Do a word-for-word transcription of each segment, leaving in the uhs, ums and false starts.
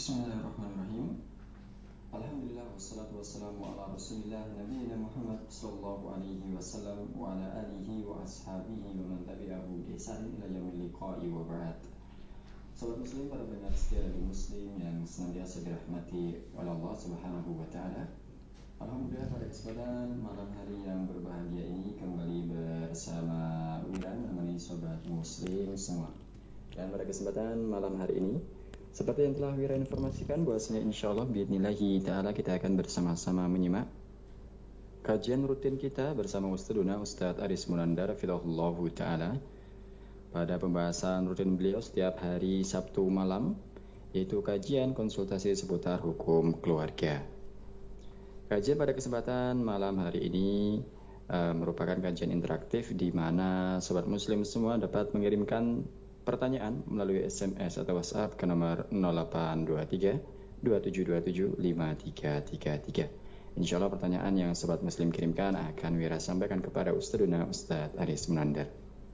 Bismillahirrahmanirrahim. Alhamdulillah wassalatu wassalamu ala Rasulillah nabiyina Muhammad sallallahu alaihi wasallam wa ala alihi wa ashabihi wa man tabi'ahu bi ihsan ila yaumil liqa'i wa ba'd. Sahabat muslim, para pendengar setia radio muslim yang senantiasa dirahmati oleh Allah Subhanahu wa taala. Alhamdulillah pada kesempatan malam hari yang berbahagia ini kembali bersama Wiran menemani sobat muslim semua. Dan pada kesempatan malam hari ini seperti yang telah Wira informasikan bahwasanya insyaallah biidnillahi ta'ala kita akan bersama-sama menyimak kajian rutin kita bersama Ustadzuna Ustadz Aris Munandar Fidahullahu ta'ala pada pembahasan rutin beliau setiap hari Sabtu malam, yaitu kajian konsultasi seputar hukum keluarga. Kajian pada kesempatan malam hari ini uh, merupakan kajian interaktif di mana sobat muslim semua dapat mengirimkan pertanyaan melalui S M S atau WhatsApp ke nomor nol delapan dua tiga dua tujuh dua tujuh lima tiga tiga tiga. Insyaallah pertanyaan yang sobat muslim kirimkan akan Wira sampaikan kepada Ustadzuna Ustadz Aris Munandar.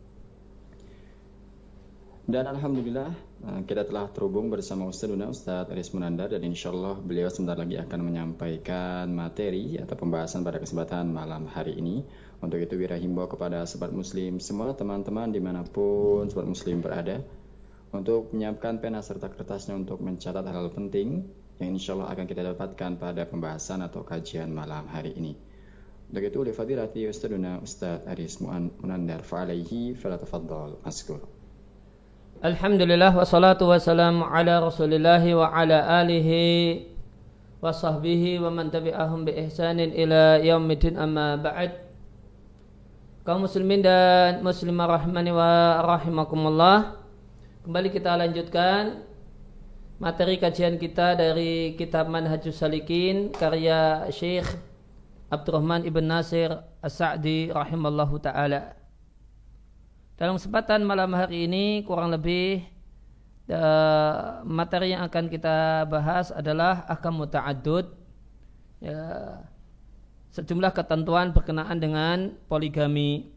Dan alhamdulillah kita telah terhubung bersama Ustadzuna Ustadz Aris Munandar dan insyaallah beliau sebentar lagi akan menyampaikan materi atau pembahasan pada kesempatan malam hari ini. Untuk itu Wira himbau kepada sobat muslim semua teman-teman dimanapun sobat muslim berada untuk menyiapkan pena serta kertasnya untuk mencatat hal-hal penting yang insyaallah akan kita dapatkan pada pembahasan atau kajian malam hari ini. Untuk itu li fadilati Ustadzuna Ustadz Aris Munandar fa'alaihi falatafadhal maskur. Alhamdulillah wassalatu wassalamu ala rasulillahi wa ala alihi wa sahbihi wa man tabi'ahum bi ihsanin ila yaumiddin amma ba'd. Kaum muslimin dan muslimah rahimani wa rahimakumullah, kembali kita lanjutkan materi kajian kita dari kitab Manhajus Salikin karya Syekh Abdurrahman Ibn Nasir As-Sa'di rahimallahu ta'ala. Dalam kesempatan malam hari ini kurang lebih uh, materi yang akan kita bahas adalah ahkam ta'addud, ya, sejumlah ketentuan berkenaan dengan poligami.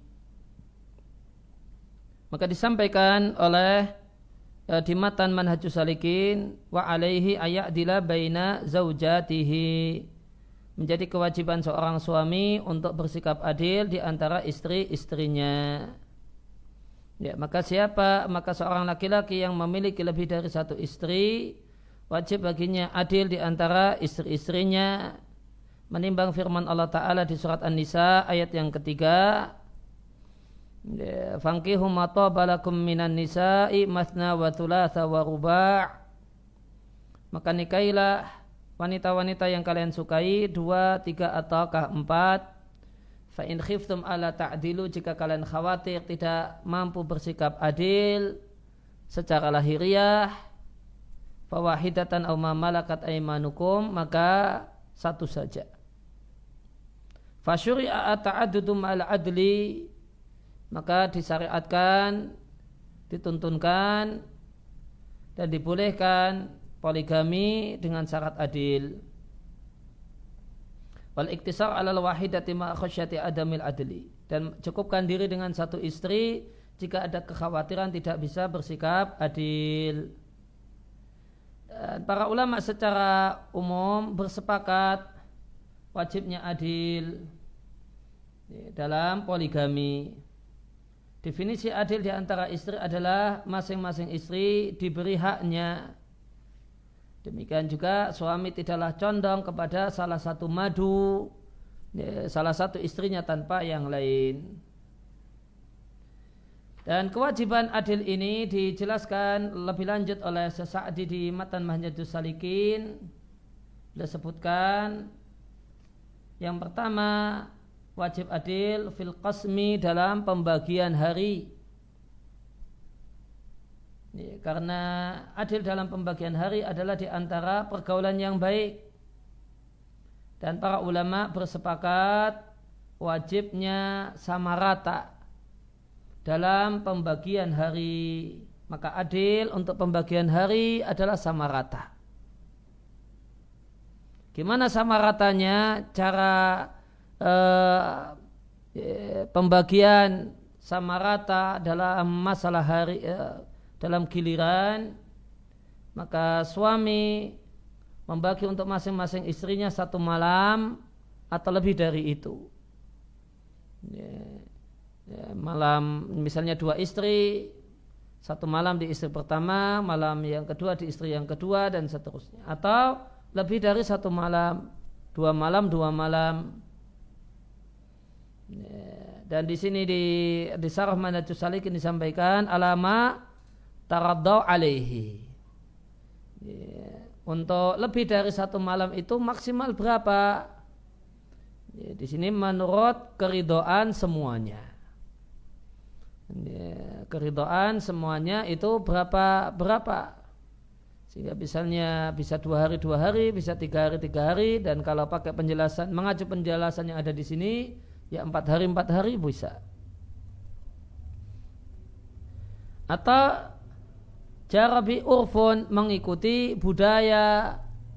Maka disampaikan oleh uh, di matan Manhajus Salikin wa alaihi ayadila baina zaujatihi, menjadi kewajiban seorang suami untuk bersikap adil di antara istri-istrinya. Ya, maka siapa maka seorang laki-laki yang memiliki lebih dari satu istri, wajib baginya adil di antara istri-istrinya, menimbang firman Allah Ta'ala di surat An-Nisa ayat yang ketiga, ya, fankihu ma taba lakum minan nisa'i mathna wa thulatha wa ruba', maka nikailah wanita-wanita yang kalian sukai dua, tiga ataukah empat. Fa in khiftum ala ta'dilu, jika kalian khawatir tidak mampu bersikap adil secara lahiriah, fa wahidatan aw ma malakat aymanukum, maka satu saja. Fa syuri'a ta'addudu ma'al adli, maka disyariatkan, dituntunkan dan dibolehkan poligami dengan syarat adil. Wal iktisar alal wahidati ma khasyati adamil adli, dan cukupkan diri dengan satu istri jika ada kekhawatiran tidak bisa bersikap adil. Dan para ulama secara umum bersepakat wajibnya adil dalam poligami. Definisi adil di antara istri adalah masing-masing istri diberi haknya. Demikian juga suami tidaklah condong kepada salah satu madu, ya, salah satu istrinya tanpa yang lain. Dan kewajiban adil ini dijelaskan lebih lanjut oleh Sa'di di matan Manhajus Salikin. Beliau sebutkan yang pertama, wajib adil fil qasmi, dalam pembagian hari. Ya, karena adil dalam pembagian hari adalah di antara pergaulan yang baik, dan para ulama bersepakat wajibnya sama rata dalam pembagian hari. Maka adil untuk pembagian hari adalah sama rata. Gimana sama ratanya? Cara eh, pembagian sama rata dalam masalah hari eh, dalam giliran, maka suami membagi untuk masing-masing istrinya satu malam atau lebih dari itu. Ya, ya, malam misalnya dua istri, satu malam di istri pertama, malam yang kedua di istri yang kedua, dan seterusnya. Atau lebih dari satu malam, dua malam, dua malam. Ya, dan di sini di di Syarah Manhajus Salikin disampaikan alama taraddau alaihi. Ya, untuk lebih dari satu malam itu maksimal berapa? Ya, di sini menurut keridhaan semuanya. Ya, keridhaan semuanya itu berapa berapa? Sehingga misalnya bisa dua hari dua hari, bisa tiga hari tiga hari, dan kalau pakai penjelasan mengacu penjelasan yang ada di sini, ya empat hari empat hari bisa. Atau jarabi urfun, mengikuti budaya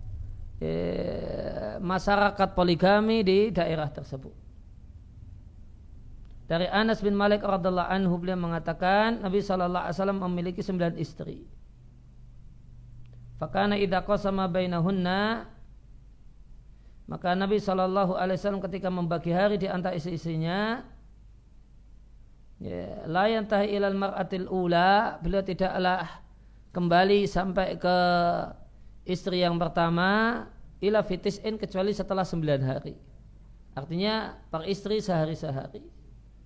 eh, masyarakat poligami di daerah tersebut. Dari Anas bin Malik radhiallahu anhu, beliau mengatakan Nabi shallallahu alaihi wasallam memiliki sembilan istri. Fakana idza qasama bainahunna, maka Nabi shallallahu alaihi wasallam ketika membagi hari di antara istri-istrinya, ya, la yantahi ilal mar'atil ula, beliau tidaklah kembali sampai ke istri yang pertama ila fitis'in, kecuali setelah sembilan hari. Artinya per istri sehari-sehari.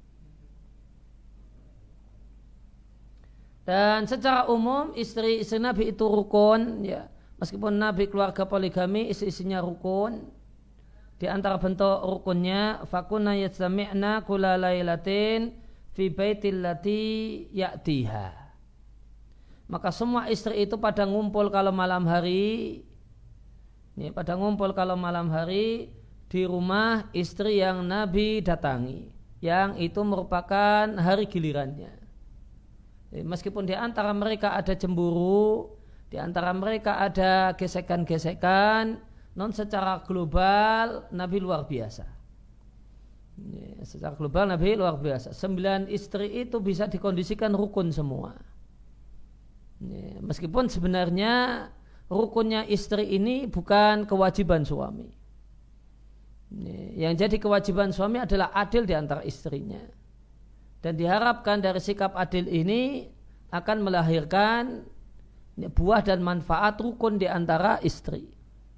Dan secara umum istri-istri Nabi itu rukun, ya. Meskipun Nabi keluarga poligami, istri-istrinya rukun. Di antara bentuk rukunnya, fakunna yajtami'na kulla lailatin fi baitil lati ya'tiha. Maka semua istri itu pada ngumpul kalau malam hari, ya, pada ngumpul kalau malam hari di rumah istri yang Nabi datangi, yang itu merupakan hari gilirannya. Meskipun di antara mereka ada cemburu, di antara mereka ada gesekan-gesekan, non secara global Nabi luar biasa. Ya, secara global Nabi luar biasa. Sembilan istri itu bisa dikondisikan rukun semua. Ya, meskipun sebenarnya rukunnya istri ini bukan kewajiban suami. Ya, yang jadi kewajiban suami adalah adil di antara istrinya. Dan diharapkan dari sikap adil ini akan melahirkan buah dan manfaat rukun di antara istri.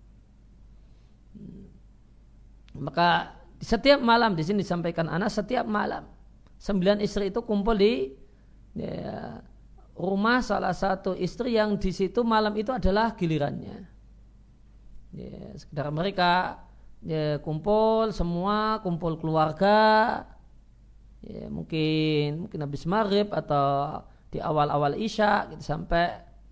Maka setiap malam, di sini disampaikan Anas, setiap malam sembilan istri itu kumpul di ya, rumah salah satu istri yang di situ malam itu adalah gilirannya. Ya, sekedar mereka ya, kumpul semua, kumpul keluarga. Ya, mungkin mungkin habis maghrib atau di awal-awal isya gitu, sampai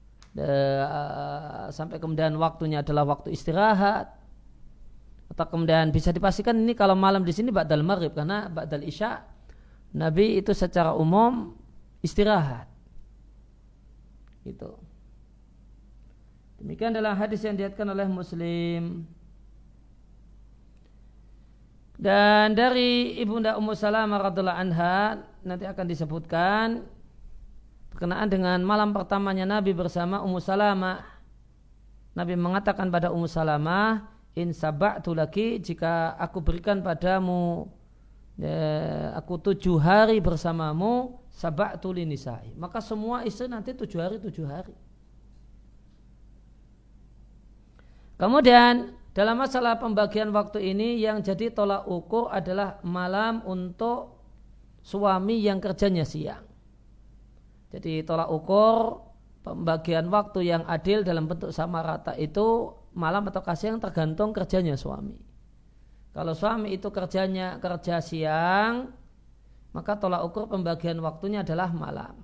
uh, sampai kemudian waktunya adalah waktu istirahat, atau kemudian bisa dipastikan ini kalau malam di sini ba'dal maghrib, karena ba'dal isya Nabi itu secara umum istirahat. Gitu. Demikian adalah hadis yang diriwayatkan oleh Muslim. Dan dari Ibunda Ummu Salamah radhiallahu anha nanti akan disebutkan berkenaan dengan malam pertamanya Nabi bersama Ummu Salamah. Nabi mengatakan pada Ummu Salamah, in saba'tu laki, jika aku berikan padamu ya, aku tujuh hari bersamamu, saba'tu linisai, maka semua istri nanti tujuh hari tujuh hari. Kemudian dalam masalah pembagian waktu ini yang jadi tolak ukur adalah malam untuk suami yang kerjanya siang. Jadi tolak ukur pembagian waktu yang adil dalam bentuk sama rata itu malam atau siang tergantung kerjanya suami. Kalau suami itu kerjanya kerja siang, maka tolak ukur pembagian waktunya adalah malam.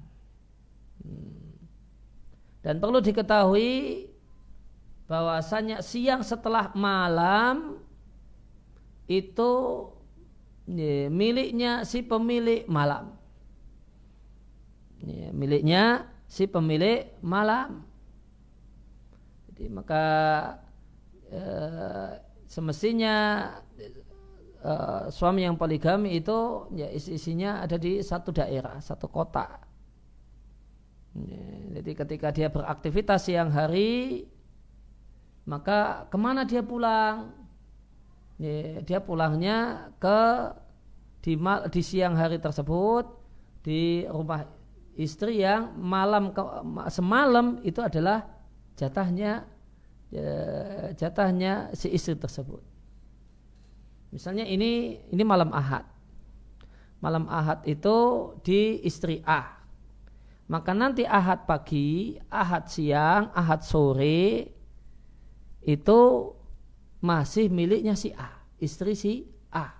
Dan perlu diketahui bahwasanya siang setelah malam itu ya, miliknya si pemilik malam. Ya, miliknya si pemilik malam. Jadi maka eh, semestinya eh, suami yang poligami itu ya isi-isinya ada di satu daerah, satu kota. Ya, jadi ketika dia beraktivitas siang hari, maka kemana dia pulang? Ya, dia pulangnya ke di, di siang hari tersebut di rumah istri yang malam ke, semalam itu adalah jatahnya ya, jatahnya si istri tersebut. Misalnya ini ini malam Ahad. Malam Ahad itu di istri A. Maka nanti Ahad pagi, Ahad siang, Ahad sore itu masih miliknya si A, istri si A.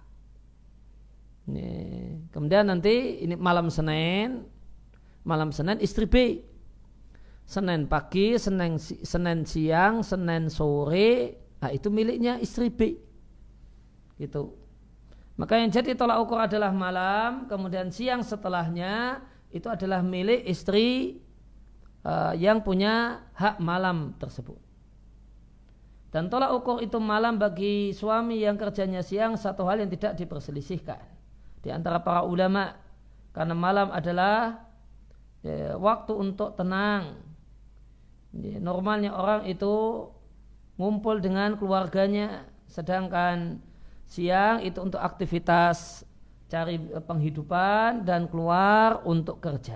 Ini. Kemudian nanti ini malam Senin, malam Senin istri B. Senin pagi, Senin, Senin siang, Senin sore, nah itu miliknya istri B. Gitu. Maka yang jadi tolak ukur adalah malam, kemudian siang setelahnya itu adalah milik istri uh, yang punya hak malam tersebut. Dan tolak ukur itu malam bagi suami yang kerjanya siang satu hal yang tidak diperselisihkan di antara para ulama, karena malam adalah ya, waktu untuk tenang. Ya, normalnya orang itu ngumpul dengan keluarganya, sedangkan siang itu untuk aktivitas cari penghidupan dan keluar untuk kerja.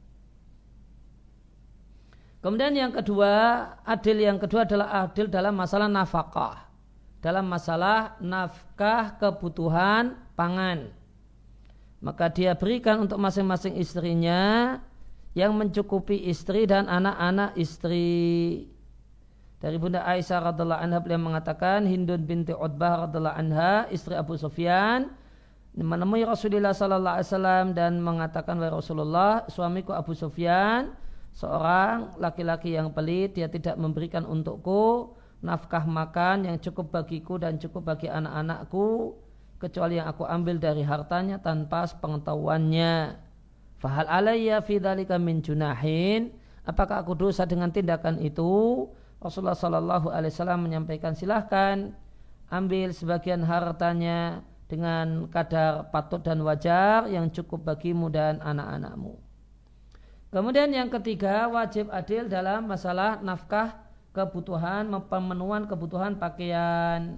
Kemudian yang kedua, adil yang kedua adalah adil dalam masalah nafkah. Dalam masalah nafkah kebutuhan pangan. Maka dia berikan untuk masing-masing istrinya yang mencukupi istri dan anak-anak istri. Dari Bunda Aisyah radhiallahu anha beliau mengatakan, Hindun binti Utbah radhiallahu anha, istri Abu Sufyan, menemui Rasulullah sallallahu alaihi wasallam dan mengatakan, wahai Rasulullah, suamiku Abu Sufyan seorang laki-laki yang pelit, dia tidak memberikan untukku nafkah makan yang cukup bagiku dan cukup bagi anak-anakku kecuali yang aku ambil dari hartanya tanpa pengetahuannya. Fahal alayya fi dzalika min junahin? Apakah aku dosa dengan tindakan itu? Rasulullah sallallahu alaihi wasallam menyampaikan, silahkan ambil sebagian hartanya dengan kadar patut dan wajar yang cukup bagimu dan anak-anakmu. Kemudian yang ketiga, wajib adil dalam masalah nafkah kebutuhan, pemenuhan kebutuhan pakaian.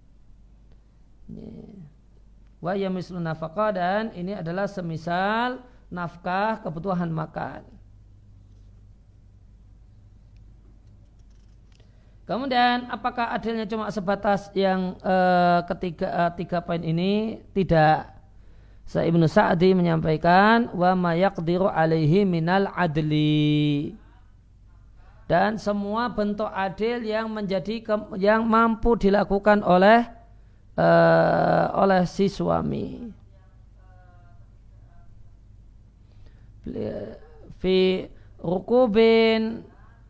Wa yamislu nafkah, dan ini adalah semisal nafkah kebutuhan makan. Kemudian apakah adilnya cuma sebatas yang uh, ketiga uh, tiga poin ini? Tidak. Sa Ibnu Sa'di menyampaikan wa ma yaqdiru alaihi minal adli. Dan semua bentuk adil yang menjadi ke, yang mampu dilakukan oleh uh, oleh si suami. Fi rukubin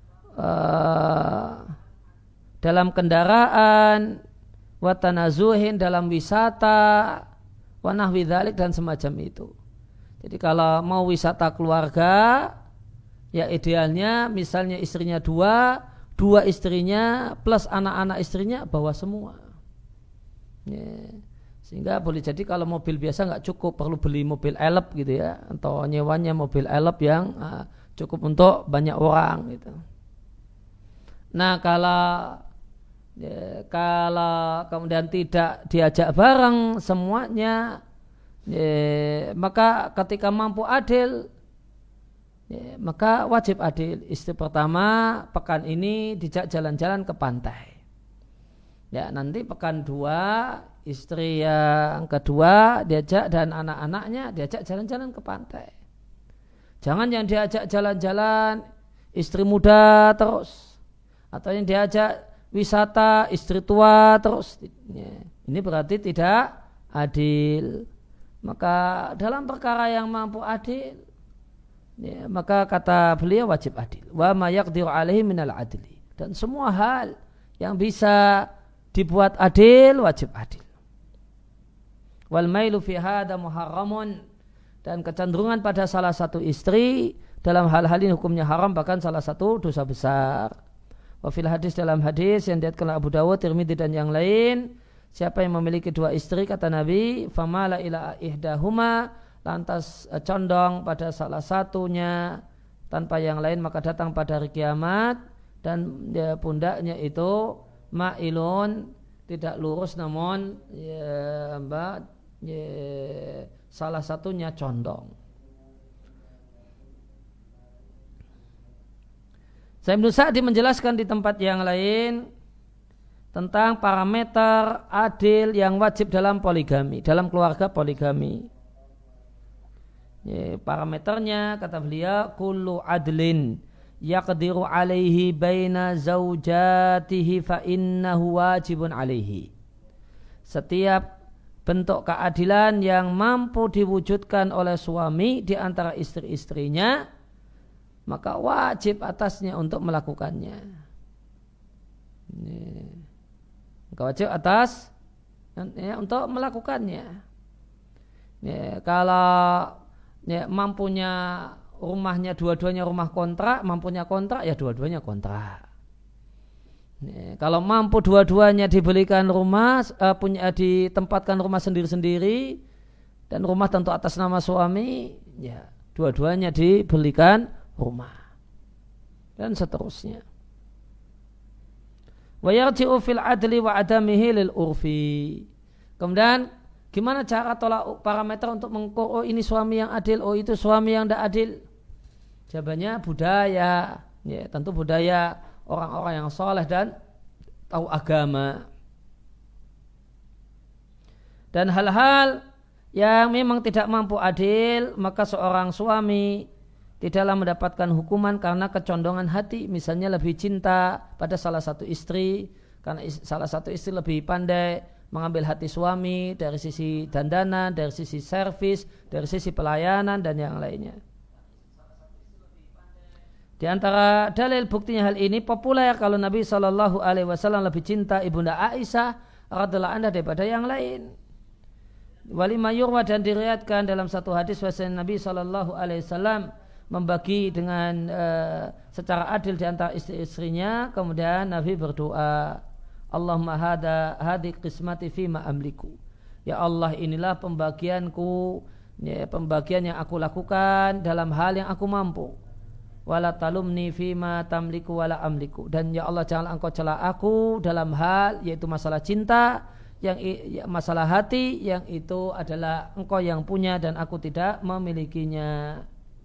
uh, dalam kendaraan, watanazuhin dalam wisata, wanahwi dzalik dan semacam itu. Jadi kalau mau wisata keluarga, ya idealnya misalnya istrinya dua, dua istrinya plus anak-anak istrinya bawa semua. Ya. Sehingga boleh jadi kalau mobil biasa nggak cukup, perlu beli mobil elep gitu ya, atau nyewanya mobil elep yang uh, cukup untuk banyak orang gitu. Nah kalau ya, kalau kemudian tidak diajak bareng semuanya, ya, maka ketika mampu adil, ya, maka wajib adil. Istri pertama pekan ini dijak jalan-jalan ke pantai. Ya, nanti pekan dua istri yang kedua diajak dan anak-anaknya diajak jalan-jalan ke pantai. Jangan yang diajak jalan-jalan istri muda terus, atau yang diajak wisata istri tua terus. Ini berarti tidak adil. Maka dalam perkara yang mampu adil, ya, maka kata beliau wajib adil. Wa ma yaqdiru alaihi minal adli. Dan semua hal yang bisa dibuat adil wajib adil. Wal mailu fi hadza muharramun, dan kecenderungan pada salah satu istri dalam hal-hal ini hukumnya haram, bahkan salah satu dosa besar. Wa fil hadis, dalam hadis yang diriwayatkan Abu Dawud, Tirmidzi dan yang lain, siapa yang memiliki dua istri, kata Nabi, famala ila ihdahuma, lantas condong pada salah satunya tanpa yang lain, maka datang pada hari kiamat dan ya, pundaknya itu ma'ilun, tidak lurus namun ya, mbak, ya, salah satunya condong. Ibnu Sa'di menjelaskan di tempat yang lain tentang parameter adil yang wajib dalam poligami, dalam keluarga poligami. Ya, parameternya kata beliau, kullu adlin yaqdiru alaihi baina zaujatihi fa innahu wajibun alaihi. Setiap bentuk keadilan yang mampu diwujudkan oleh suami di antara istri-istrinya, maka wajib atasnya untuk melakukannya. Maka wajib atas ya, untuk melakukannya. Ya, kalau ya, mampunya rumahnya dua-duanya rumah kontrak, mampunya kontrak ya dua-duanya kontrak. Ya, kalau mampu dua-duanya dibelikan rumah, uh, punya ditempatkan rumah sendiri-sendiri dan rumah tentu atas nama suami, ya dua-duanya dibelikan rumah dan seterusnya. Wa yarji'u fil adli wa adamihi lil urfi. Kemudian gimana cara tolak parameter untuk mengukur, oh ini suami yang adil, oh itu suami yang tidak adil? Jawabannya budaya, ya tentu budaya orang-orang yang soleh dan tahu agama. Dan hal-hal yang memang tidak mampu adil, maka seorang suami tidaklah mendapatkan hukuman karena kecondongan hati, misalnya lebih cinta pada salah satu istri karena is- salah satu istri lebih pandai mengambil hati suami dari sisi dandanan, dari sisi servis, dari sisi pelayanan dan yang lainnya. Di antara dalil buktinya hal ini populer kalau Nabi shallallahu alaihi wasallam lebih cinta ibunda Aisyah radhiallahu anha daripada yang lain. Walima yurwa, dan diriwayatkan dalam satu hadis bahwasanya Nabi shallallahu alaihi wasallam membagi dengan uh, secara adil di antara istri-istrinya. Kemudian Nabi berdoa, Allahumma hada hadi qismati fima amliku. Ya Allah, inilah pembagianku, ya, pembagian yang aku lakukan dalam hal yang aku mampu. Wala talumni fima tamliku wala amliku. Dan ya Allah, janganlah engkau cela aku dalam hal yaitu masalah cinta, yang ya, masalah hati yang itu adalah engkau yang punya dan aku tidak memilikinya.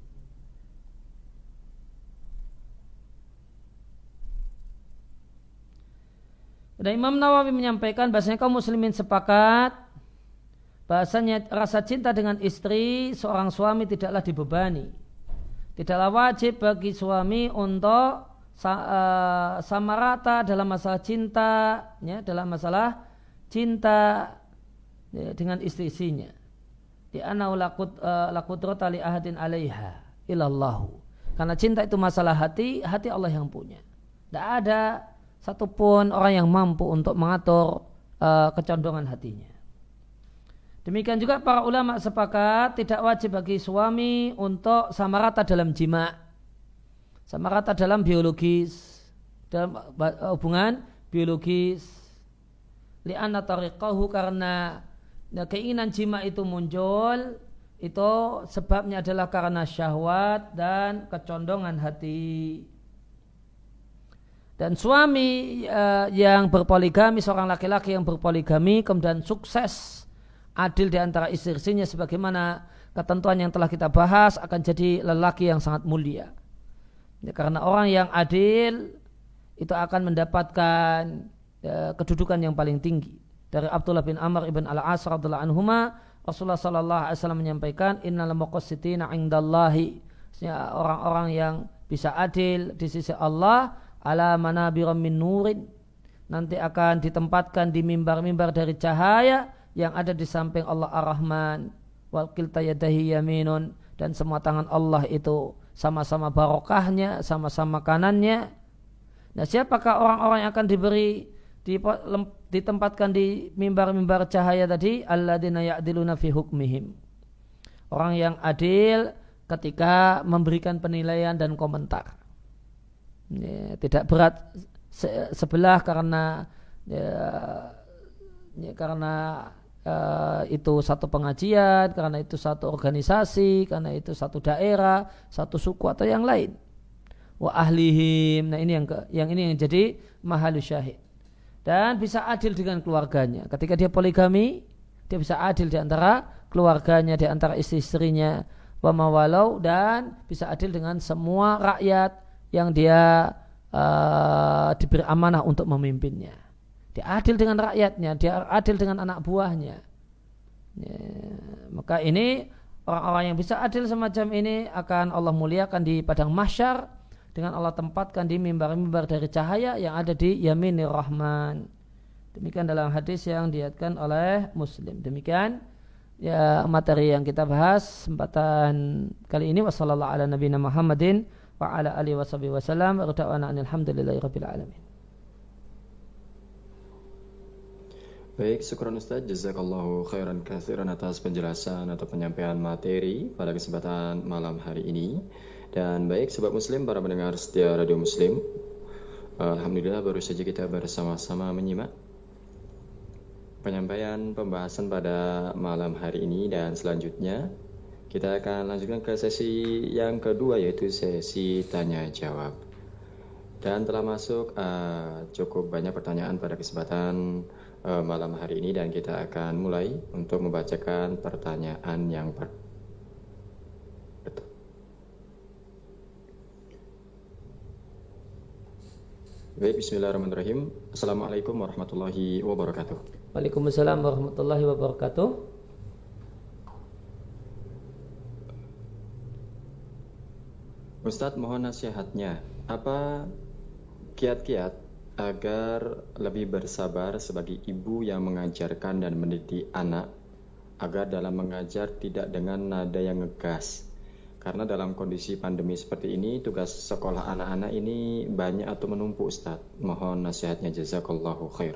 Dan Imam Nawawi menyampaikan bahasanya kaum muslimin sepakat bahasanya rasa cinta dengan istri seorang suami tidaklah dibebani. Tidaklah wajib bagi suami untuk sama rata dalam masalah cinta, ya, dalam masalah cinta ya, dengan istri-istrinya. Di anau laqudrata li ahadin alaiha ilallahu. Karena cinta itu masalah hati, hati Allah yang punya. Tidak ada satupun orang yang mampu untuk mengatur uh, kecondongan hatinya. Demikian juga para ulama sepakat tidak wajib bagi suami untuk sama rata dalam jima, sama rata dalam biologis, dalam hubungan biologis. Li'anna tariqahu, karena keinginan jima itu muncul, itu sebabnya adalah karena syahwat dan kecondongan hati. Dan suami uh, yang berpoligami, seorang laki-laki yang berpoligami kemudian sukses adil di antara istri-istrinya sebagaimana ketentuan yang telah kita bahas, akan jadi lelaki yang sangat mulia. Ya, karena orang yang adil itu akan mendapatkan ya, kedudukan yang paling tinggi. Dari Abdullah bin Amr ibn al-As radhiyallahu anhuma, Rasulullah sallallahu alaihi wasallam menyampaikan, innal muqassitina 'indallahi, orang-orang yang bisa adil di sisi Allah, ala manabiram min nurin, nanti akan ditempatkan di mimbar-mimbar dari cahaya yang ada di samping Allah Ar-Rahman, wal kilta yadahi yaminun, dan semua tangan Allah itu sama-sama barokahnya, sama-sama kanannya. Nah, siapakah orang-orang yang akan diberi ditempatkan di mimbar-mimbar cahaya tadi? Alladzina ya'diluna fi hukmihim, orang yang adil ketika memberikan penilaian dan komentar. Ya, tidak berat se- sebelah karena ya, ya, karena uh, itu satu pengajian, karena itu satu organisasi, karena itu satu daerah, satu suku atau yang lain. wa ahlihim. Nah, ini yang ke, yang ini yang jadi mahalus syahid. Dan bisa adil dengan keluarganya. Ketika dia poligami, dia bisa adil di antara keluarganya, di antara istri-istrinya, wa mawalau, dan bisa adil dengan semua rakyat yang dia uh, diberi amanah untuk memimpinnya. Dia adil dengan rakyatnya, dia adil dengan anak buahnya. Ya, maka ini orang-orang yang bisa adil semacam ini akan Allah muliakan di padang mahsyar dengan Allah tempatkan di mimbar-mimbar dari cahaya yang ada di yaminir rahman. Demikian dalam hadis yang diriwayatkan oleh Muslim. Demikian ya materi yang kita bahas kesempatan kali ini. Wassallallahu ala nabiyina Muhammadin wa ala alihi washabihi wasallam. Wa ta'ala alhamdulillahirabbil alamin. Baik, syukran Ustaz, jazakallahu khairan katsiran atas penjelasan atau penyampaian materi pada kesempatan malam hari ini. Dan baik sobat muslim, para pendengar setia Radio Muslim, alhamdulillah baru saja kita bersama-sama menyimak penyampaian pembahasan pada malam hari ini, dan selanjutnya kita akan lanjutkan ke sesi yang kedua, yaitu sesi tanya jawab. Dan telah masuk uh, cukup banyak pertanyaan pada kesempatan uh, malam hari ini, dan kita akan mulai untuk membacakan pertanyaan yang pertama. Baik, bismillahirrahmanirrahim. Assalamualaikum warahmatullahi wabarakatuh. Waalaikumsalam warahmatullahi wabarakatuh. Ustadz, mohon nasihatnya. Apa kiat-kiat agar lebih bersabar sebagai ibu yang mengajarkan dan mendidik anak agar dalam mengajar tidak dengan nada yang ngegas? Karena dalam kondisi pandemi seperti ini, tugas sekolah anak-anak ini banyak atau menumpuk, Ustadz. Mohon nasihatnya, jazakallahu khair.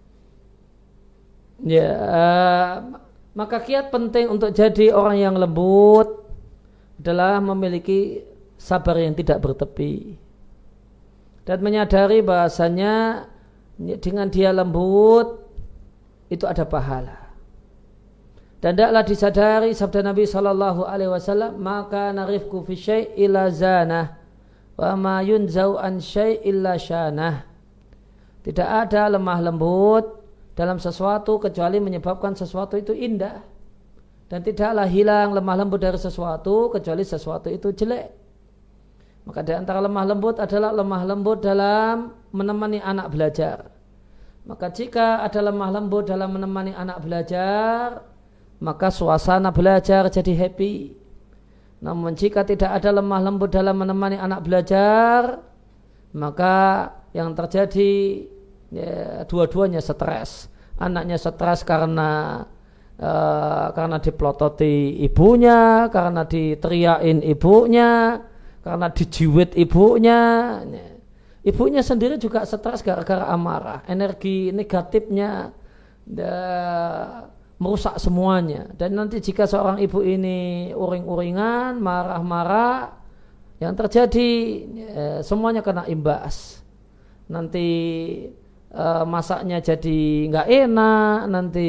Ya, uh, maka kiat penting untuk jadi orang yang lembut adalah memiliki sabar yang tidak bertepi dan menyadari bahasanya dengan dia lembut itu ada pahala. Dan tidaklah disadari sabda Nabi sallallahu alaihi wasallam, maka narifku fi syai' illa zanah wa ma yunzau an syai' illa syanah. Tidak ada lemah lembut dalam sesuatu kecuali menyebabkan sesuatu itu indah, dan tidaklah hilang lemah lembut dari sesuatu kecuali sesuatu itu jelek. Maka di antara lemah lembut adalah lemah lembut dalam menemani anak belajar. Maka jika ada lemah lembut dalam menemani anak belajar, maka suasana belajar jadi happy. Namun jika tidak ada lemah lembut dalam menemani anak belajar, maka yang terjadi ya, dua-duanya stres. Anaknya stres karena uh, karena dipelototi ibunya, karena diteriakin ibunya, karena dijiwit ibunya. Ibunya sendiri juga stres gara-gara amarah. Energi negatifnya da, merusak semuanya. Dan nanti jika seorang ibu ini uring-uringan, marah-marah, yang terjadi eh, semuanya kena imbas. Nanti eh, masaknya jadi nggak enak, nanti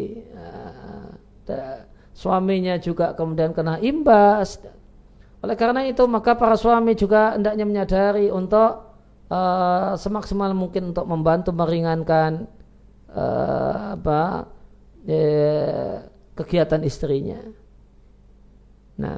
eh, suaminya juga kemudian kena imbas. Oleh karena itu maka para suami juga hendaknya menyadari untuk eh, semaksimal mungkin untuk membantu meringankan eh, apa Eh, kegiatan istrinya. Nah.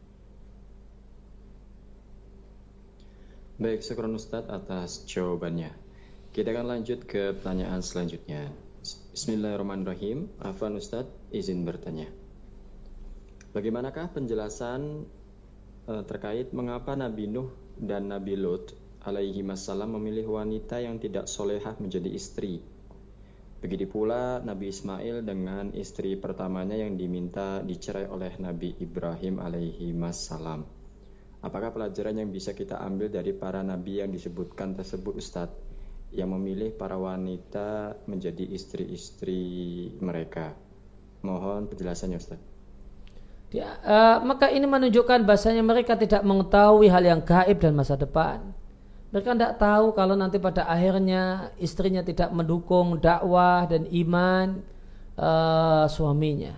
Baik, syukran Ustadz atas jawabannya. Kita akan lanjut ke pertanyaan selanjutnya. Bismillahirrahmanirrahim. Afwan Ustadz, izin bertanya. Bagaimanakah penjelasan uh, terkait mengapa Nabi Nuh dan Nabi Lut alaihi wassalam memilih wanita yang tidak solehah menjadi istri? Begitu pula Nabi Ismail dengan istri pertamanya yang diminta dicerai oleh Nabi Ibrahim alaihi wassalam. Apakah pelajaran yang bisa kita ambil dari para nabi yang disebutkan tersebut, Ustadz, yang memilih para wanita menjadi istri-istri mereka? Mohon penjelasannya, Ustadz. Ya, uh, maka ini menunjukkan bahasanya mereka tidak mengetahui hal yang gaib dan masa depan. Mereka tidak tahu kalau nanti pada akhirnya istrinya tidak mendukung dakwah dan iman uh, suaminya.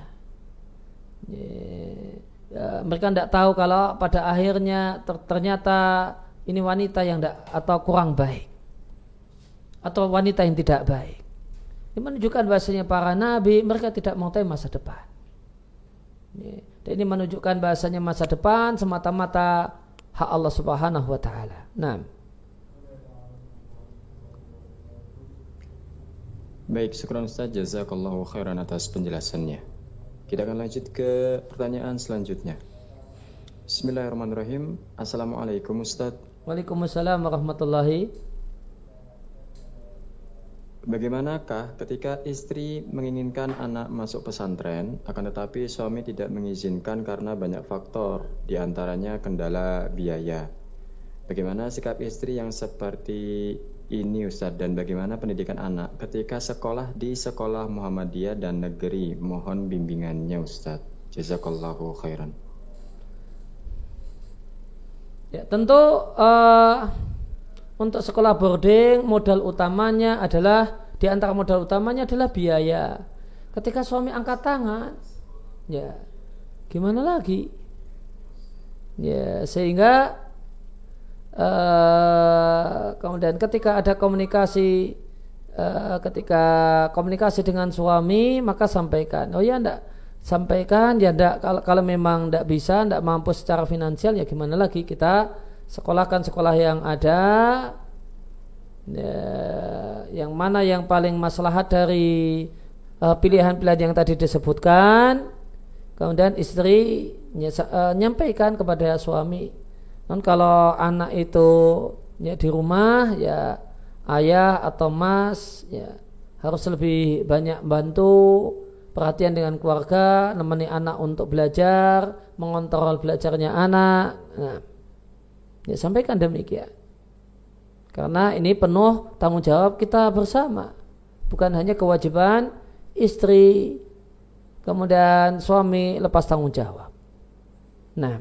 Ya, ya, mereka tidak tahu kalau pada akhirnya ter- ternyata ini wanita yang tidak atau kurang baik atau wanita yang tidak baik. Ini menunjukkan bahasanya para nabi mereka tidak mengetahui masa depan. Dan ini menunjukkan bahasanya masa depan semata-mata hak Allah Subhanahu wa taala. Nah. Baik, syukran Ustaz, jazakallahu khairan atas penjelasannya. Kita akan lanjut ke pertanyaan selanjutnya. Bismillahirrahmanirrahim. Assalamualaikum Ustaz. Waalaikumsalam warahmatullahi. Bagaimanakah ketika istri menginginkan anak masuk pesantren, akan tetapi suami tidak mengizinkan karena banyak faktor, diantaranya kendala biaya? Bagaimana sikap istri yang seperti ini Ustadz, dan bagaimana pendidikan anak ketika sekolah di sekolah Muhammadiyah dan negeri? Mohon bimbingannya Ustadz. Jazakallahu khairan. Ya, tentu uh, untuk sekolah boarding modal utamanya adalah di antara modal utamanya adalah biaya. Ketika suami angkat tangan, ya gimana lagi? Ya sehingga uh, kemudian ketika ada komunikasi, uh, ketika komunikasi dengan suami maka sampaikan. Oh ya enggak, sampaikan ya enggak, kalau, kalau memang enggak bisa, enggak mampu secara finansial ya gimana lagi, kita sekolahkan sekolah yang ada, ya, yang mana yang paling maslahat dari uh, pilihan-pilihan yang tadi disebutkan. Kemudian istri nyesa, uh, nyampaikan kepada suami. Dan kalau anak itu ya di rumah, ya ayah atau mas ya harus lebih banyak bantu, perhatian dengan keluarga, nemani anak untuk belajar, mengontrol belajarnya anak. Nah, ya sampaikan demikian. Karena ini penuh tanggung jawab kita bersama. Bukan hanya kewajiban istri, kemudian suami lepas tanggung jawab. Nah.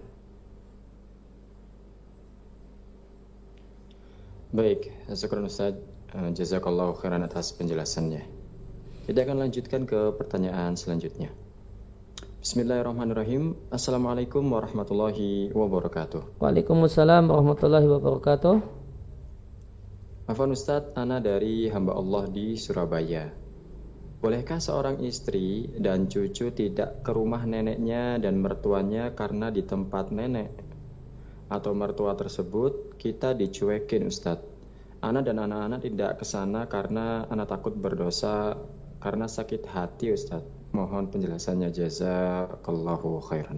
Baik, syukran Ustaz. Jazakallahu khairan atas penjelasannya. Kita akan lanjutkan ke pertanyaan selanjutnya. Bismillahirrahmanirrahim. Assalamualaikum warahmatullahi wabarakatuh. Waalaikumsalam warahmatullahi wabarakatuh. Afwan Ustadz, ana dari hamba Allah di Surabaya. Bolehkah seorang istri dan cucu tidak ke rumah neneknya dan mertuanya karena di tempat nenek atau mertua tersebut kita dicuekin Ustadz? Ana dan anak-anak tidak ke sana karena ana takut berdosa karena sakit hati Ustadz. Mohon penjelasannya, jazakallahu khairan.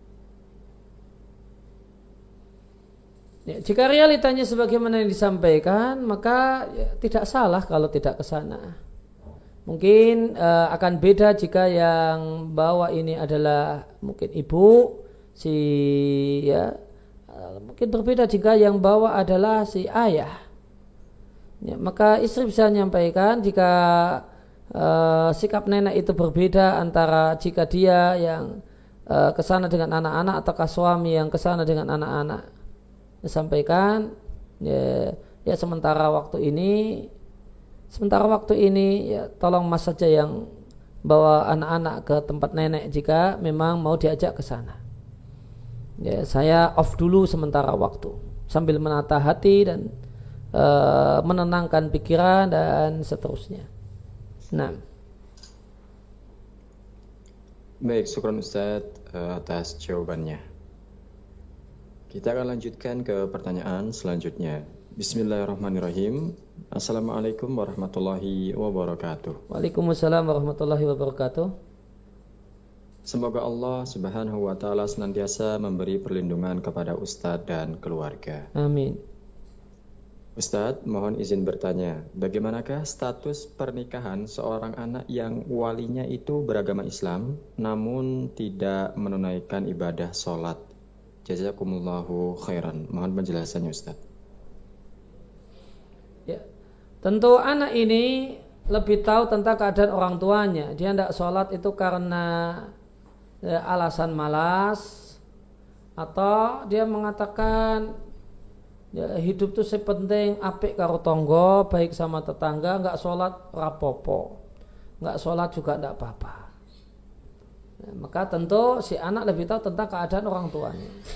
Ya, jika realitanya sebagaimana yang disampaikan, maka ya, tidak salah kalau tidak ke sana. Mungkin uh, akan beda jika yang bawa ini adalah mungkin ibu, si ya uh, mungkin berbeda jika yang bawa adalah si ayah. Ya, maka istri bisa menyampaikan jika uh, sikap nenek itu berbeda antara jika dia yang uh, ke sana dengan anak-anak ataukah suami yang ke sana dengan anak-anak. Sampaikan ya, ya sementara waktu ini sementara waktu ini ya tolong mas saja yang bawa anak-anak ke tempat nenek jika memang mau diajak ke sana. Ya, saya off dulu sementara waktu sambil menata hati dan uh, menenangkan pikiran dan seterusnya. Nah. Baik, syukran Ustaz uh, atas jawabannya. Kita akan lanjutkan ke pertanyaan selanjutnya. Bismillahirrahmanirrahim. Assalamualaikum warahmatullahi wabarakatuh. Waalaikumsalam warahmatullahi wabarakatuh. Semoga Allah Subhanahu wa taala senantiasa memberi perlindungan kepada Ustadz dan keluarga. Amin. Ustadz, mohon izin bertanya, bagaimanakah status pernikahan seorang anak yang walinya itu beragama Islam namun tidak menunaikan ibadah sholat? Jazakumullahu khairan. Mohon penjelasannya Ustaz. Ya, tentu anak ini lebih tahu tentang keadaan orang tuanya. Dia tidak sholat itu karena ya, alasan malas, atau dia mengatakan ya, hidup itu sepenting apik karo tonggo, baik sama tetangga, nggak sholat rapopo, nggak sholat juga tidak apa-apa. Ya, maka tentu si anak lebih tahu tentang keadaan orang tuanya.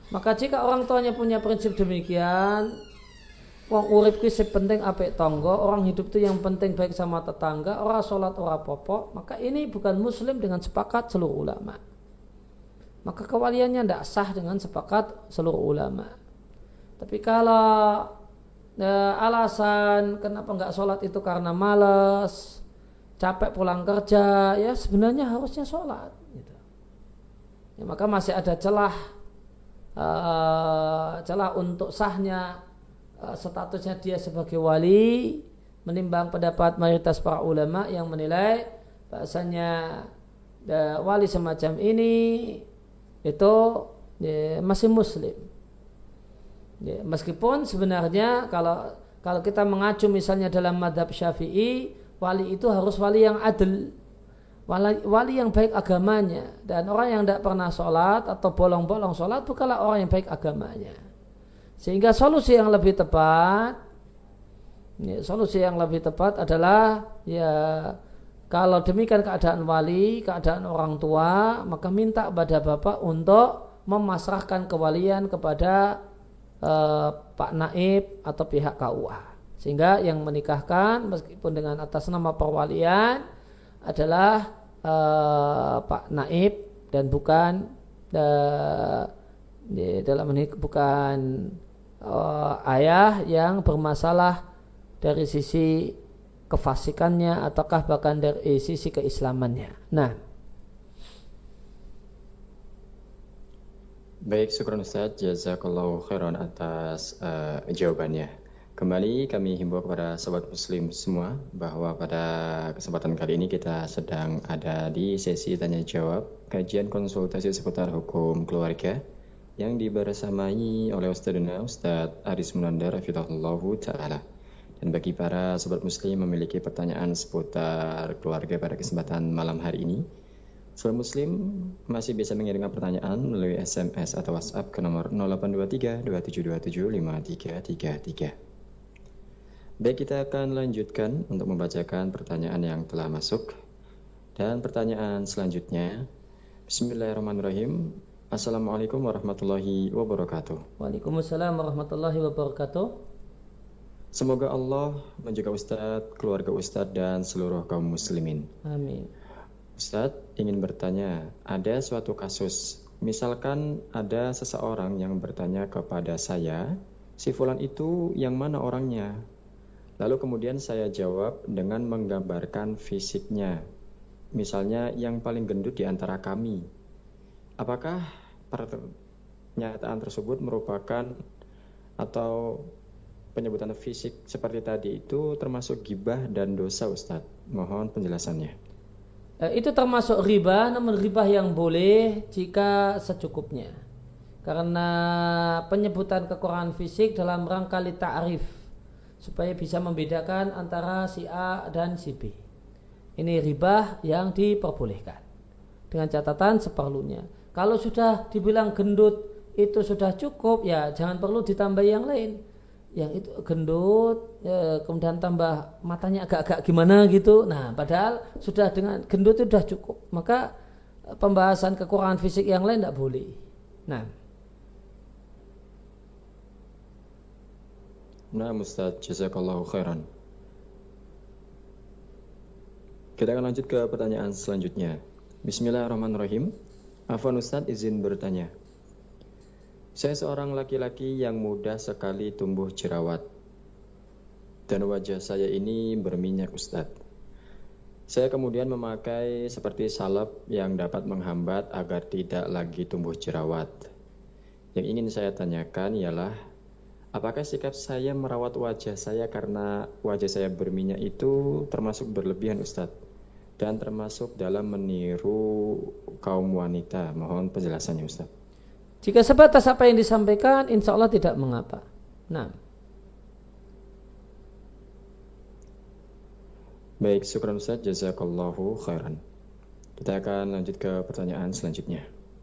Maka jika orang tuanya punya prinsip demikian, wong urip ki sing penting apik tangga, orang hidup itu yang penting baik sama tetangga, ora salat ora popok, maka ini bukan muslim dengan sepakat seluruh ulama. Maka kewaliannya tidak sah dengan sepakat seluruh ulama. Tapi kalau e, alasan kenapa nggak sholat itu karena malas, capek pulang kerja, ya sebenarnya harusnya sholat. Gitu. Ya, maka masih ada celah, e, celah untuk sahnya e, statusnya dia sebagai wali, menimbang pendapat mayoritas para ulama yang menilai bahasanya e, wali semacam ini itu ya, masih muslim. Ya, meskipun sebenarnya kalau kalau kita mengacu misalnya dalam madhab Syafi'i, wali itu harus wali yang adil, wali, wali yang baik agamanya, dan orang yang tidak pernah sholat atau bolong-bolong sholat bukanlah orang yang baik agamanya. Sehingga solusi yang lebih tepat, ya, solusi yang lebih tepat adalah ya kalau demikian keadaan wali, keadaan orang tua, maka minta kepada bapak untuk memasrahkan kewalian kepada eh, Pak Naib atau pihak K U A. Sehingga yang menikahkan meskipun dengan atas nama perwalian adalah eh, Pak Naib dan bukan eh, dalam ini bukan eh, ayah yang bermasalah dari sisi kefasikannya ataukah bahkan dari sisi keislamannya. Nah, baik, syukran Ustaz, jazakallahu khairan atas uh, jawabannya. Kembali kami himbau kepada sobat muslim semua bahwa pada kesempatan kali ini kita sedang ada di sesi tanya jawab kajian konsultasi seputar hukum keluarga yang dibersamai oleh Ustadzuna Ustadz Aris Munandar hafizahullahu ta'ala. Dan bagi para sobat muslim memiliki pertanyaan seputar keluarga pada kesempatan malam hari ini, sobat muslim masih bisa mengirimkan pertanyaan melalui S M S atau WhatsApp ke nomor nol delapan dua tiga dua tujuh dua tujuh lima tiga tiga tiga. Baik, kita akan lanjutkan untuk membacakan pertanyaan yang telah masuk. Dan pertanyaan selanjutnya, Bismillahirrahmanirrahim. Assalamualaikum warahmatullahi wabarakatuh. Waalaikumsalam warahmatullahi wabarakatuh. Semoga Allah menjaga Ustadz, keluarga Ustadz, dan seluruh kaum muslimin. Amin. Ustadz ingin bertanya, ada suatu kasus, misalkan ada seseorang yang bertanya kepada saya, si fulan itu yang mana orangnya? Lalu kemudian saya jawab dengan menggambarkan fisiknya, misalnya yang paling gendut di antara kami. Apakah pernyataan tersebut merupakan atau penyebutan fisik seperti tadi itu termasuk ghibah dan dosa, Ustadz? Mohon penjelasannya. Itu termasuk riba, namun riba yang boleh jika secukupnya. Karena penyebutan kekurangan fisik dalam rangka li ta'rif, supaya bisa membedakan antara si A dan si B. Ini riba yang diperbolehkan dengan catatan seperlunya. Kalau sudah dibilang gendut itu sudah cukup, ya jangan perlu ditambah yang lain. Yang itu gendut, ya, kemudian tambah matanya agak-agak gimana gitu. Nah, padahal sudah dengan gendut itu sudah cukup. Maka pembahasan kekurangan fisik yang lain tidak boleh. Nah, nah Ustadz, jazakallahu khairan. Kita akan lanjut ke pertanyaan selanjutnya. Bismillahirrahmanirrahim. Afwan Ustadz, izin bertanya. Saya seorang laki-laki yang mudah sekali tumbuh jerawat, dan wajah saya ini berminyak, Ustadz. Saya kemudian memakai seperti salep yang dapat menghambat agar tidak lagi tumbuh jerawat. Yang ingin saya tanyakan ialah, apakah sikap saya merawat wajah saya karena wajah saya berminyak itu termasuk berlebihan, Ustadz? Dan termasuk dalam meniru kaum wanita? Mohon penjelasannya, Ustadz. Jika sebatas apa yang disampaikan, insya Allah tidak mengapa. Nah, baik, syukran Ustaz, jazakallahu khairan. Kita akan lanjut ke pertanyaan selanjutnya.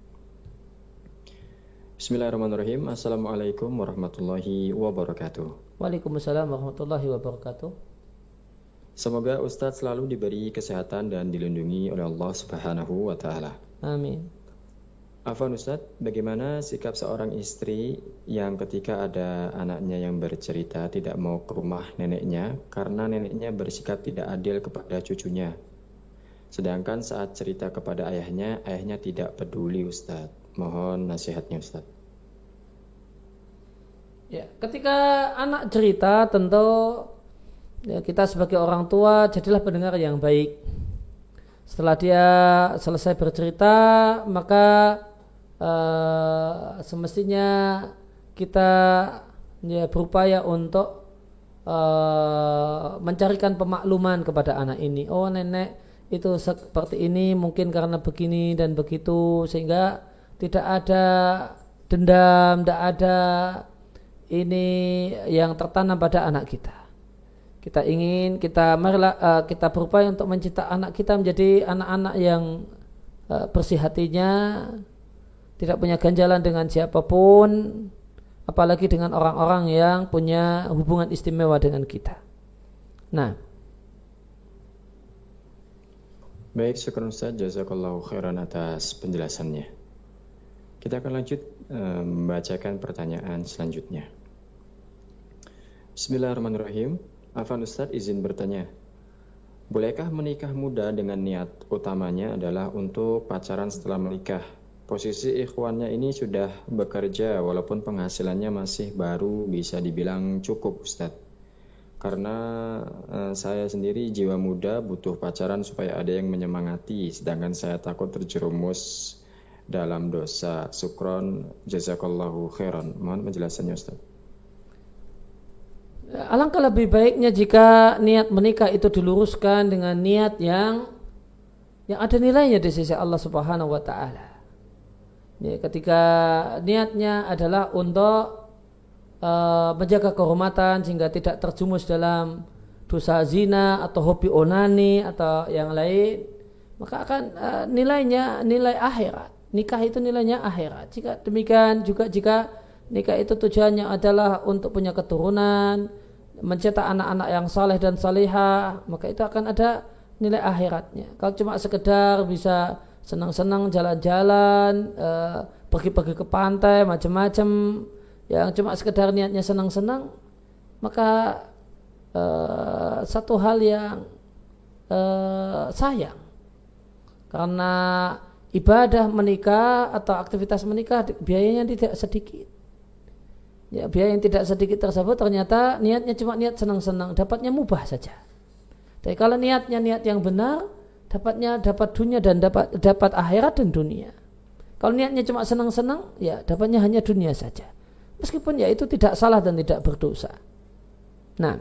Bismillahirrahmanirrahim. Assalamualaikum warahmatullahi wabarakatuh. Waalaikumsalam warahmatullahi wabarakatuh. Semoga Ustaz selalu diberi kesehatan dan dilindungi oleh Allah Subhanahu wa Ta'ala. Amin. Afwan Ustadz, bagaimana sikap seorang istri yang ketika ada anaknya yang bercerita tidak mau ke rumah neneknya karena neneknya bersikap tidak adil kepada cucunya? Sedangkan saat cerita kepada ayahnya, ayahnya tidak peduli Ustadz. Mohon nasihatnya Ustadz. Ya, ketika anak cerita tentu ya, kita sebagai orang tua jadilah pendengar yang baik. Setelah dia selesai bercerita, maka Uh, semestinya kita ya, berupaya untuk uh, mencarikan pemakluman kepada anak ini. Oh, nenek itu seperti ini mungkin karena begini dan begitu, sehingga tidak ada dendam, tidak ada ini yang tertanam pada anak kita. Kita ingin kita marilah uh, kita berupaya untuk mencetak anak kita menjadi anak-anak yang uh, bersih hatinya, tidak punya ganjalan dengan siapapun, apalagi dengan orang-orang yang punya hubungan istimewa dengan kita. Nah, baik, syukur Ustaz, jazakallahu khairan atas penjelasannya. Kita akan lanjut uh, membacakan pertanyaan selanjutnya. Bismillahirrahmanirrahim. Afwan Ustaz, izin bertanya, bolehkah menikah muda dengan niat utamanya adalah untuk pacaran setelah menikah? Posisi ikhwannya ini sudah bekerja walaupun penghasilannya masih baru bisa dibilang cukup Ustadz. Karena eh, saya sendiri jiwa muda butuh pacaran supaya ada yang menyemangati, sedangkan saya takut terjerumus dalam dosa. Syukron, jazakallahu khairan. Mohon penjelasannya Ustadz. Alangkah lebih baiknya jika niat menikah itu diluruskan dengan niat yang yang ada nilainya di sisi Allah Subhanahu wa taala. Ya, ketika niatnya adalah untuk uh, menjaga kehormatan sehingga tidak terjumus dalam dosa zina atau hobi onani atau yang lain, maka akan uh, nilainya nilai akhirat. Nikah itu nilainya akhirat. Jika demikian juga jika nikah itu tujuannya adalah untuk punya keturunan, mencetak anak-anak yang saleh dan salihah, maka itu akan ada nilai akhiratnya. Kalau cuma sekedar bisa senang-senang jalan-jalan, uh, pergi-pergi ke pantai, macam-macam, yang cuma sekedar niatnya senang-senang, maka uh, satu hal yang uh, sayang, karena ibadah menikah atau aktivitas menikah biayanya tidak sedikit. Ya, biaya yang tidak sedikit tersebut ternyata niatnya cuma niat senang-senang, dapatnya mubah saja. Tapi kalau niatnya niat yang benar, dapatnya dapat dunia dan dapat dapat akhirat dan dunia. Kalau niatnya cuma senang-senang, ya dapatnya hanya dunia saja. Meskipun ya itu tidak salah dan tidak berdosa. Nah,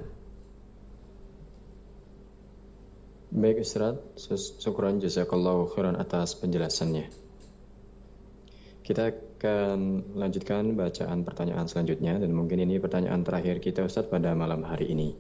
baik Ustaz, syukran jazakallahu khairan atas penjelasannya. Kita akan lanjutkan bacaan pertanyaan selanjutnya, dan mungkin ini pertanyaan terakhir kita Ustaz pada malam hari ini.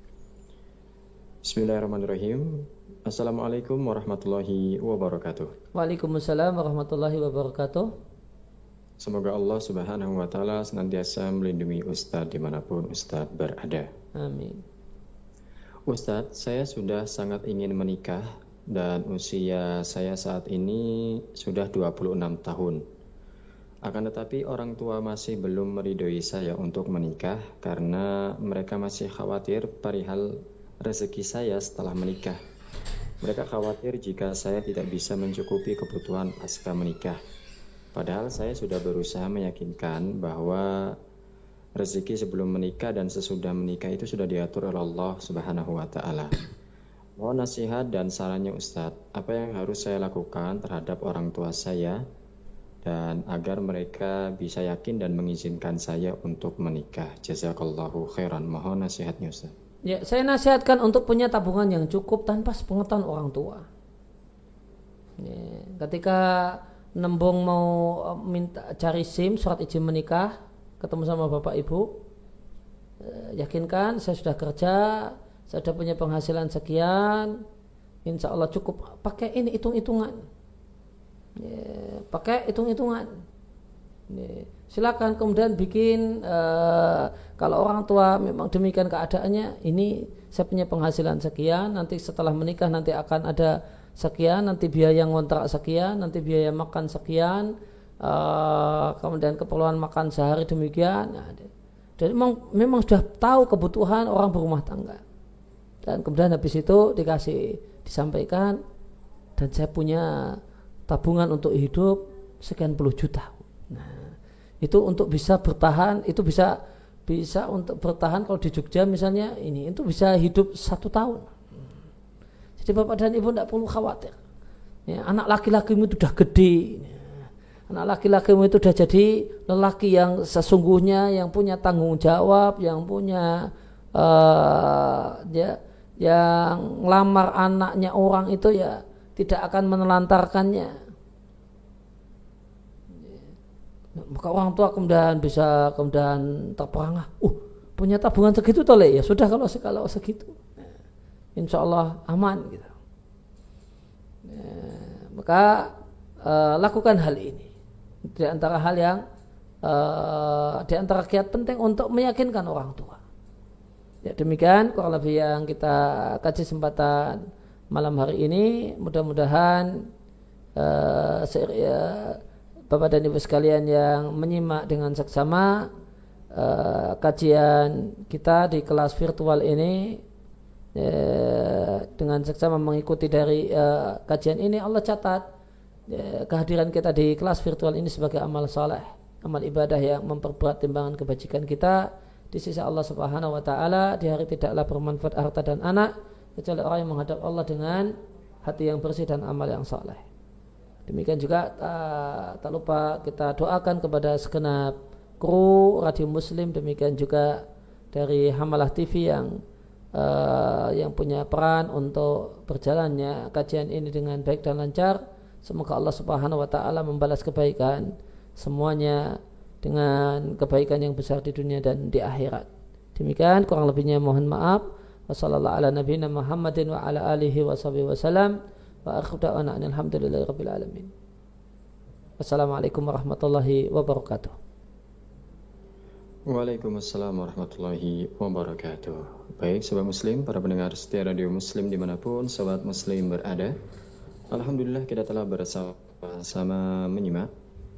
Bismillahirrahmanirrahim. Assalamualaikum warahmatullahi wabarakatuh. Waalaikumsalam warahmatullahi wabarakatuh. Semoga Allah subhanahu wa ta'ala senantiasa melindungi Ustadz dimanapun Ustadz berada. Amin. Ustadz, saya sudah sangat ingin menikah dan usia saya saat ini sudah dua puluh enam tahun. Akan tetapi orang tua masih belum meridhoi saya untuk menikah karena mereka masih khawatir perihal rezeki saya setelah menikah. Mereka khawatir jika saya tidak bisa mencukupi kebutuhan pasca menikah. Padahal saya sudah berusaha meyakinkan bahwa rezeki sebelum menikah dan sesudah menikah itu sudah diatur oleh Allah Subhanahu wa taala. Mohon nasihat dan sarannya Ustadz, apa yang harus saya lakukan terhadap orang tua saya dan agar mereka bisa yakin dan mengizinkan saya untuk menikah. Jazakallahu khairan. Mohon nasihatnya Ustadz. Ya, saya nasihatkan untuk punya tabungan yang cukup tanpa sepengetahuan orang tua. Ya, ketika nembung mau minta cari SIM, surat izin menikah, ketemu sama bapak ibu, yakinkan saya sudah kerja, saya sudah punya penghasilan sekian, insya Allah cukup. Pakai ini hitung-hitungan, ya, pakai hitung-hitungan. Ya, silakan kemudian bikin uh, kalau orang tua memang demikian keadaannya, ini saya punya penghasilan sekian, nanti setelah menikah nanti akan ada sekian, nanti biaya ngontrak sekian, nanti biaya makan sekian, uh, kemudian keperluan makan sehari demikian. Nah, dan memang, memang sudah tahu kebutuhan orang berumah tangga. Dan kemudian habis itu dikasih disampaikan, dan saya punya tabungan untuk hidup sekian puluh juta. Nah, itu untuk bisa bertahan, itu bisa bisa untuk bertahan kalau di Jogja misalnya ini, itu bisa hidup satu tahun. Jadi bapak dan ibu tidak perlu khawatir. Ya, anak laki-lakimu itu sudah gede. Anak laki-lakimu itu sudah jadi lelaki yang sesungguhnya, yang punya tanggung jawab, yang punya uh, ya, yang lamar anaknya orang itu ya tidak akan menelantarkannya. Maka orang tua kemudian bisa kemudian terperangah, uh punya tabungan segitu toh ya sudah kalau kalau segitu, insya Allah aman gitu. Ya, maka uh, lakukan hal ini di antara hal yang uh, di antara kiat penting untuk meyakinkan orang tua. Ya demikian kurang lebih yang kita kaji kesempatan malam hari ini. Mudah-mudahan uh, se- ya, Bapak dan Ibu sekalian yang menyimak dengan seksama uh, kajian kita di kelas virtual ini, uh, dengan seksama mengikuti dari uh, kajian ini, Allah catat uh, kehadiran kita di kelas virtual ini sebagai amal saleh, amal ibadah yang memperberat timbangan kebajikan kita di sisi Allah Subhanahu wa taala. Di hari tidaklah bermanfaat harta dan anak kecuali orang yang menghadap Allah dengan hati yang bersih dan amal yang saleh. Demikian juga uh, tak lupa kita doakan kepada segenap kru Radio Muslim, demikian juga dari Hamalah T V yang uh, yang punya peran untuk berjalannya kajian ini dengan baik dan lancar. Semoga Allah Subhanahu wa taala membalas kebaikan semuanya dengan kebaikan yang besar di dunia dan di akhirat. Demikian kurang lebihnya mohon maaf. Wassallallahu ala nabiyina Muhammadin wa ala alihi wa sahbihi wasallam. Wa akhiru da'wana alhamdulillahi rabbil alamin. Wassalamualaikum warahmatullahi wabarakatuh. Waalaikumsalam warahmatullahi wabarakatuh. Baik sobat muslim, para pendengar setia Radio Muslim dimanapun sobat muslim berada, alhamdulillah kita telah bersama-sama menyimak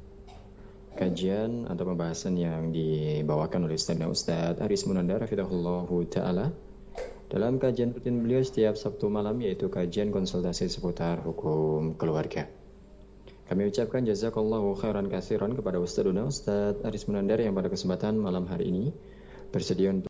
kajian atau pembahasan yang dibawakan oleh Ustaz Ustaz Aris Munandar hafizahullahu ta'ala dalam kajian rutin beliau setiap Sabtu malam, yaitu kajian konsultasi seputar hukum keluarga. Kami ucapkan jazakallahu khairan katsiran kepada Ustaz Ustaz Aris Munandar yang pada kesempatan malam hari ini bersedia untuk